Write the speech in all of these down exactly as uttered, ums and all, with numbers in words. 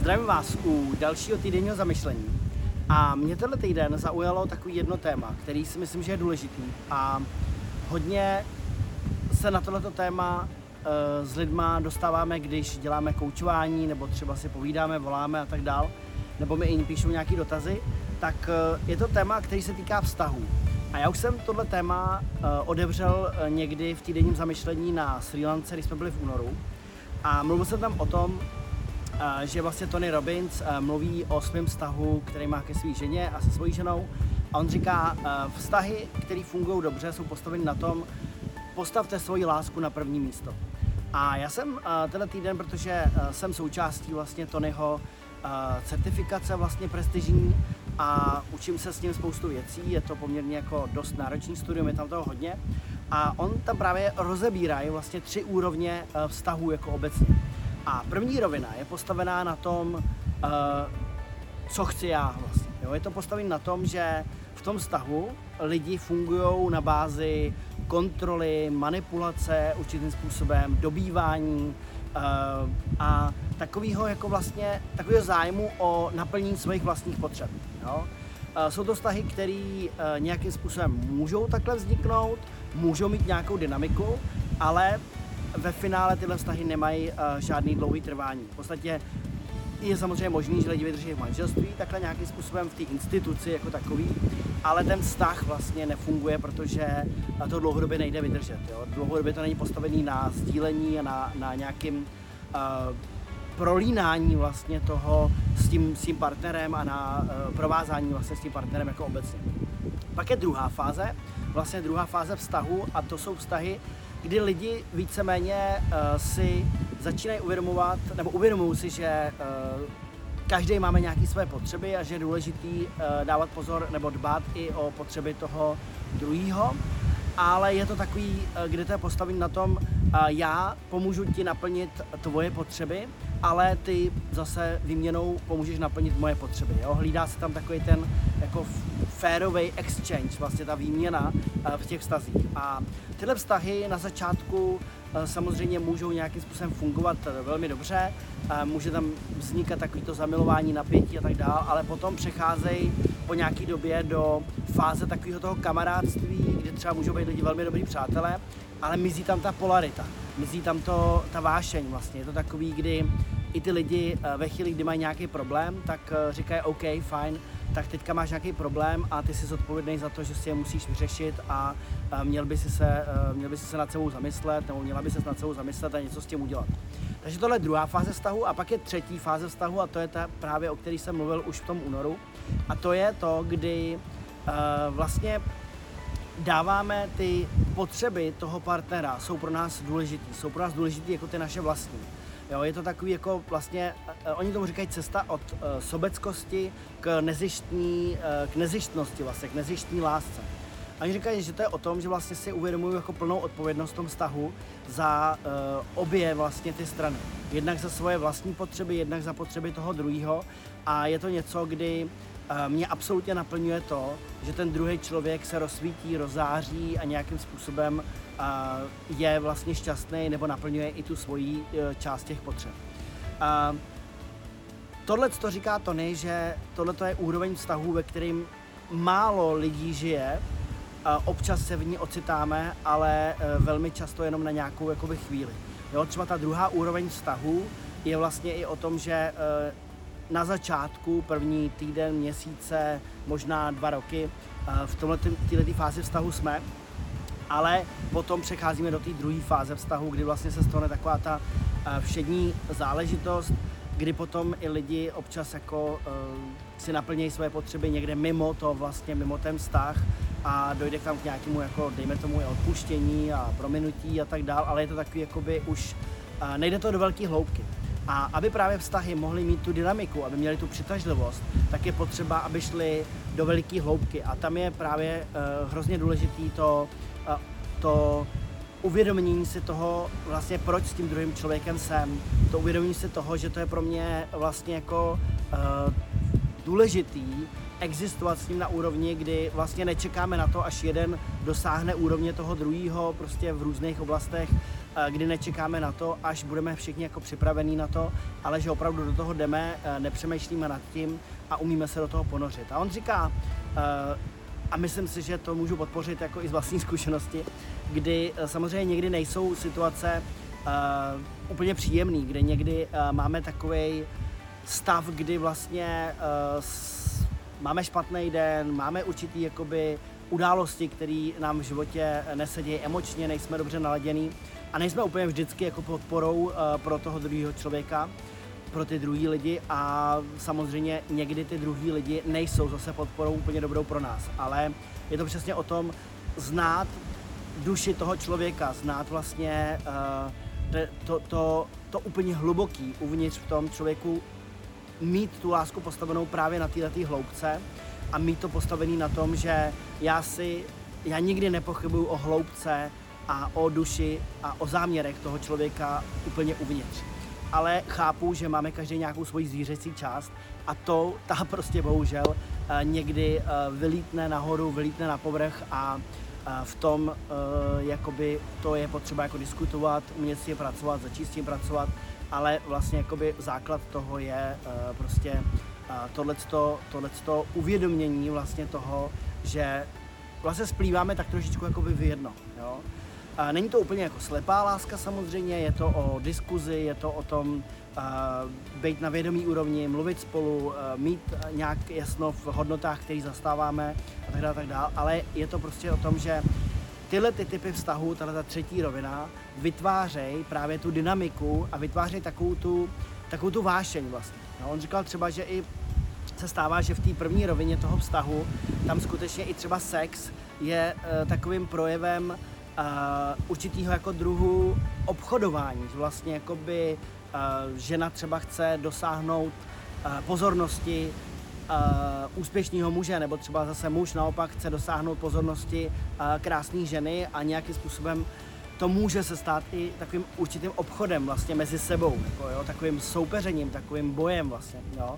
Zdravím vás u dalšího týdenního zamyšlení. A mě tenhle týden zaujalo takový jedno téma, který si myslím, že je důležitý. A hodně se na tohleto téma e, s lidma dostáváme, když děláme koučování, nebo třeba si povídáme, voláme a tak dál, nebo mi i píšou nějaký dotazy, tak e, je to téma, který se týká vztahů. A já už jsem tohle téma e, otevřel e, někdy v týdenním zamyšlení na Srí Lance, když jsme byli v únoru. A mluvil jsem tam o tom, že vlastně Tony Robbins mluví o svém vztahu, který má ke své ženě a se svojí ženou. A on říká, vztahy, které fungují dobře, jsou postaveny na tom, postavte svoji lásku na první místo. A já jsem tenhle týden, protože jsem součástí vlastně Tonyho certifikace vlastně prestižní a učím se s ním spoustu věcí, je to poměrně jako dost náročný studium, je tam toho hodně. A on tam právě rozebírá vlastně tři úrovně vztahů jako obecně. A první rovina je postavená na tom, uh, co chci já vlastně. Jo? Je to postavené na tom, že v tom vztahu lidi fungují na bázi kontroly, manipulace určitým způsobem, dobývání uh, a takového jako vlastně, takového zájmu o naplnění svých vlastních potřeb. Jo? Uh, jsou to vztahy, které uh, nějakým způsobem můžou takhle vzniknout, můžou mít nějakou dynamiku, ale ve finále tyhle vztahy nemají uh, žádný dlouhý trvání. V podstatě je samozřejmě možný, že lidi vydrží v manželství, takhle nějakým způsobem v té instituci jako takový, ale ten vztah vlastně nefunguje, protože to dlouhodobě nejde vydržet. Jo? Dlouhodobě to není postavený na sdílení a na, na nějakým uh, prolínání vlastně toho s tím, s tím partnerem a na uh, provázání vlastně s tím partnerem jako obecně. Pak je druhá fáze, vlastně druhá fáze vztahu a to jsou vztahy, kdy lidi víceméně uh, si začínají uvědomovat, nebo uvědomují si, že uh, každý máme nějaké své potřeby a že je důležitý uh, dávat pozor nebo dbát i o potřeby toho druhého. Ale je to takový, uh, kde to je postavený na tom, uh, já pomůžu ti naplnit tvoje potřeby, ale ty zase výměnou pomůžeš naplnit moje potřeby. Jo? Hlídá se tam takový ten jako férový exchange, vlastně ta výměna uh, v těch vztazích. A tyhle vztahy na začátku samozřejmě můžou nějakým způsobem fungovat velmi dobře, může tam vznikat takovýto zamilování, napětí a tak dál, ale potom přecházejí po nějaký době do fáze takového toho kamarádství, kde třeba můžou být lidi velmi dobrý přátelé, ale mizí tam ta polarita, mizí tam to, ta vášeň vlastně. Je to takový, kdy i ty lidi ve chvíli, kdy mají nějaký problém, tak říkají OK, fajn, tak teďka máš nějaký problém a ty jsi zodpovědný za to, že si je musíš vyřešit a měl by si se, měl by si se nad sebou zamyslet, nebo měla by se nad sebou zamyslet a něco s tím udělat. Takže tohle je druhá fáze vztahu a pak je třetí fáze vztahu a to je ta právě, o který jsem mluvil už v tom únoru. A to je to, kdy uh, vlastně dáváme ty potřeby toho partnera, jsou pro nás důležitý, jsou pro nás důležitý jako ty naše vlastní. Jo, je to takový jako vlastně, uh, oni tomu říkají cesta od uh, sobeckosti k nezištní, uh, k nezištnosti vlastně, k nezištní lásce. A oni říkají, že to je o tom, že vlastně si uvědomují jako plnou odpovědnost v tom vztahu za uh, obě vlastně ty strany. Jednak za svoje vlastní potřeby, jednak za potřeby toho druhého. A je to něco, kdy uh, mě absolutně naplňuje to, že ten druhý člověk se rozsvítí, rozáří a nějakým způsobem uh, je vlastně šťastný nebo naplňuje i tu svoji uh, část těch potřeb. Uh, tohle to říká Tony, že tohle je úroveň vztahu, ve kterým málo lidí žije. Občas se v ní ocitáme, ale velmi často jenom na nějakou jakoby chvíli. Jo, třeba ta druhá úroveň vztahu je vlastně i o tom, že na začátku, první týden, měsíce, možná dva roky, v této fázi vztahu jsme, ale potom přecházíme do té druhé fáze vztahu, kdy vlastně se stane taková ta všední záležitost, kdy potom i lidi občas jako si naplnějí své potřeby někde mimo to vlastně, mimo ten vztah a dojde tam k nějakému, jako, dejme tomu, odpuštění a prominutí a tak dál, ale je to takový, jakoby už, uh, nejde to do velké hloubky. A aby právě vztahy mohly mít tu dynamiku, aby měly tu přitažlivost, tak je potřeba, aby šly do velké hloubky a tam je právě uh, hrozně důležitý to, uh, to uvědomění si toho, vlastně proč s tím druhým člověkem jsem, to uvědomění si toho, že to je pro mě vlastně jako uh, důležitý, existovat s ním na úrovni, kdy vlastně nečekáme na to, až jeden dosáhne úrovně toho druhého prostě v různých oblastech kdy nečekáme na to, až budeme všichni jako připravení na to, ale že opravdu do toho jdeme, nepřemýšlíme nad tím a umíme se do toho ponořit. A on říká, a myslím si, že to můžu podpořit jako i z vlastní zkušenosti, kdy samozřejmě někdy nejsou situace uh, úplně příjemný, kde někdy uh, máme takovej stav, kdy vlastně uh, s, máme špatný den, máme určitý jakoby události, které nám v životě nesedějí emočně, nejsme dobře naladěný a nejsme úplně vždycky jako podporou uh, pro toho druhého člověka, pro ty druhý lidi a samozřejmě někdy ty druhý lidi nejsou zase podporou úplně dobrou pro nás, ale je to přesně o tom znát duši toho člověka, znát vlastně uh, to, to, to úplně hluboký uvnitř v tom člověku, mít tu lásku postavenou právě na této hloubce a mít to postavený na tom, že já si, já nikdy nepochybuju o hloubce a o duši a o záměrech toho člověka úplně uvnitř. Ale chápu, že máme každý nějakou svoji zvířecí část a to, ta prostě bohužel někdy vylítne nahoru, vylítne na povrch a v tom jakoby to je potřeba jako diskutovat, umět si je pracovat, začít s tím pracovat, ale vlastně jakoby základ toho je prostě tohleto, tohleto uvědomění vlastně toho, že vlastně splýváme tak trošičku jakoby v jedno, jo. A není to úplně jako slepá láska samozřejmě, je to o diskuzi, je to o tom uh, být na vědomý úrovni, mluvit spolu, uh, mít nějak jasno v hodnotách, které zastáváme a tak dále, tak dále, ale je to prostě o tom, že tyhle ty typy vztahů, tato třetí rovina, vytvářejí právě tu dynamiku a vytvářejí takovou tu, takovou tu vášeň vlastně. No, on říkal třeba, že i se stává, že v té první rovině toho vztahu, tam skutečně i třeba sex je uh, takovým projevem Uh, určitýho jako druhu obchodování, že vlastně jakoby uh, žena třeba chce dosáhnout uh, pozornosti uh, úspěšného muže, nebo třeba zase muž naopak chce dosáhnout pozornosti uh, krásné ženy a nějakým způsobem to může se stát i takovým určitým obchodem vlastně mezi sebou, jako, jo, takovým soupeřením, takovým bojem vlastně, jo.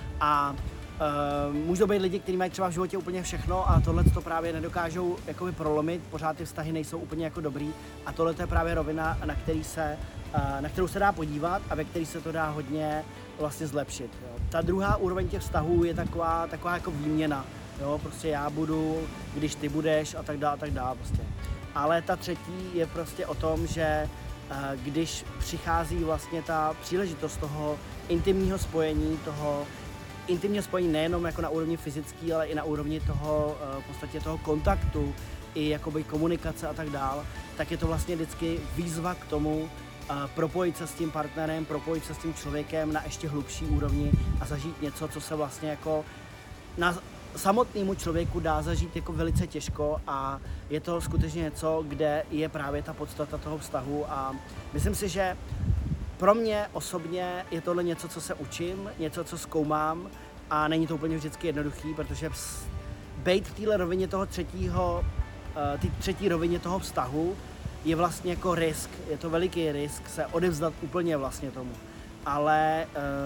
A Uh, můžou být lidi, kteří mají třeba v životě úplně všechno a tohle to právě nedokážou jakoby prolomit, pořád ty vztahy nejsou úplně jako dobrý a tohle je právě rovina, na, který se, uh, na kterou se dá podívat a ve který se to dá hodně vlastně zlepšit. Jo. Ta druhá úroveň těch vztahů je taková, taková jako výměna, jo, prostě já budu, když ty budeš a tak dále, a tak dále prostě. Ale ta třetí je prostě o tom, že uh, když přichází vlastně ta příležitost toho intimního spojení, toho intimně spojení nejenom jako na úrovni fyzický, ale i na úrovni toho, v podstatě toho kontaktu, i jakoby komunikace a tak dál, tak je to vlastně vždycky výzva k tomu propojit se s tím partnerem, propojit se s tím člověkem na ještě hlubší úrovni a zažít něco, co se vlastně jako na samotnému člověku dá zažít jako velice těžko a je to skutečně něco, kde je právě ta podstata toho vztahu a myslím si, že pro mě osobně je tohle něco, co se učím, něco, co zkoumám a není to úplně vždycky jednoduchý, protože být v téhle rovině toho třetího, ty třetí rovině toho vztahu je vlastně jako risk, je to veliký risk se odevzdat úplně vlastně tomu. Ale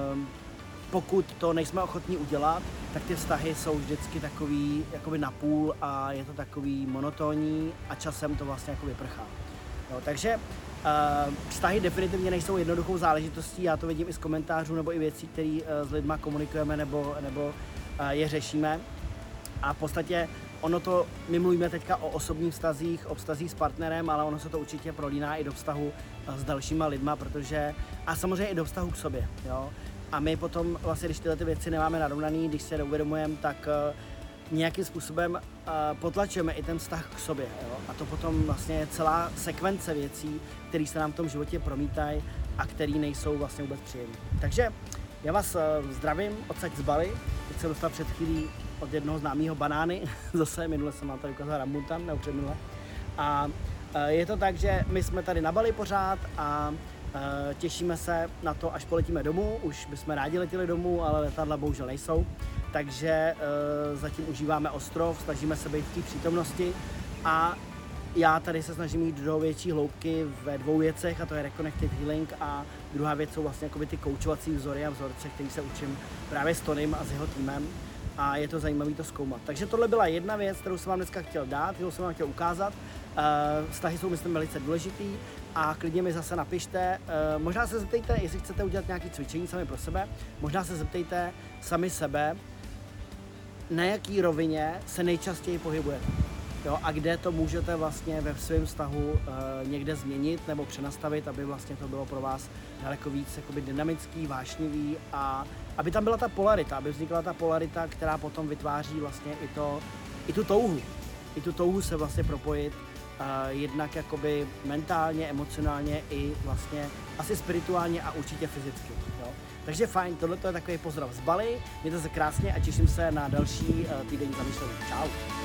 pokud to nejsme ochotní udělat, tak ty vztahy jsou vždycky takový jakoby napůl a je to takový monotónní a časem to vlastně jako vyprchá. Jo, takže Uh, vztahy definitivně nejsou jednoduchou záležitostí, já to vidím i z komentářů nebo i věcí, které uh, s lidma komunikujeme nebo, nebo uh, je řešíme. A v podstatě ono to, my mluvíme teďka o osobních vztazích, o vztazích s partnerem, ale ono se to určitě prolíná i do vztahu uh, s dalšíma lidma, protože, a samozřejmě i do vztahu k sobě, jo. A my potom vlastně, když tyhle ty věci nemáme narovnaný, když se neuvědomujeme, tak uh, nějakým způsobem uh, potlačujeme i ten vztah k sobě. Jo? A to potom vlastně je celá sekvence věcí, které se nám v tom životě promítají a které nejsou vlastně vůbec příjemné. Takže já vás uh, zdravím odsaď z Bali. Teď jsem dostal před chvílí od jednoho známého banány. Zase minule jsem vám tady ukázal rambutan, nebo předminule. A uh, je to tak, že my jsme tady na Bali pořád a uh, těšíme se na to, až poletíme domů. Už bychom rádi letěli domů, ale letadla bohužel nejsou. Takže uh, zatím užíváme ostrov, snažíme se být v té přítomnosti a já tady se snažím jít do větší hloubky ve dvou věcech a to je Reconnected Healing a druhá věc jsou vlastně jakoby ty koučovací vzory a vzorce, který se učím právě s Tonym a s jeho týmem a je to zajímavé to zkoumat. Takže tohle byla jedna věc, kterou jsem vám dneska chtěl dát, kterou jsem vám chtěl ukázat. Vztahy jsou, myslím, velice důležitý a klidně mi zase napište. Možná se zeptejte, jestli chcete udělat nějaké cvičení sami pro sebe, možná se zeptejte sami sebe, na jaký rovině se nejčastěji pohybujete. Jo, a kde to můžete vlastně ve svém vztahu e, někde změnit nebo přenastavit, aby vlastně to bylo pro vás daleko víc jakoby dynamický, vášnivý a aby tam byla ta polarita, aby vznikla ta polarita, která potom vytváří vlastně i, to, i tu touhu. I tu touhu se vlastně propojit e, jednak jakoby mentálně, emocionálně i vlastně asi spirituálně a určitě fyzicky. Jo. Takže fajn, tohle je takový pozdrav z Bali, mějte se krásně a těším se na další e, týdenní zamýšlení. Čau.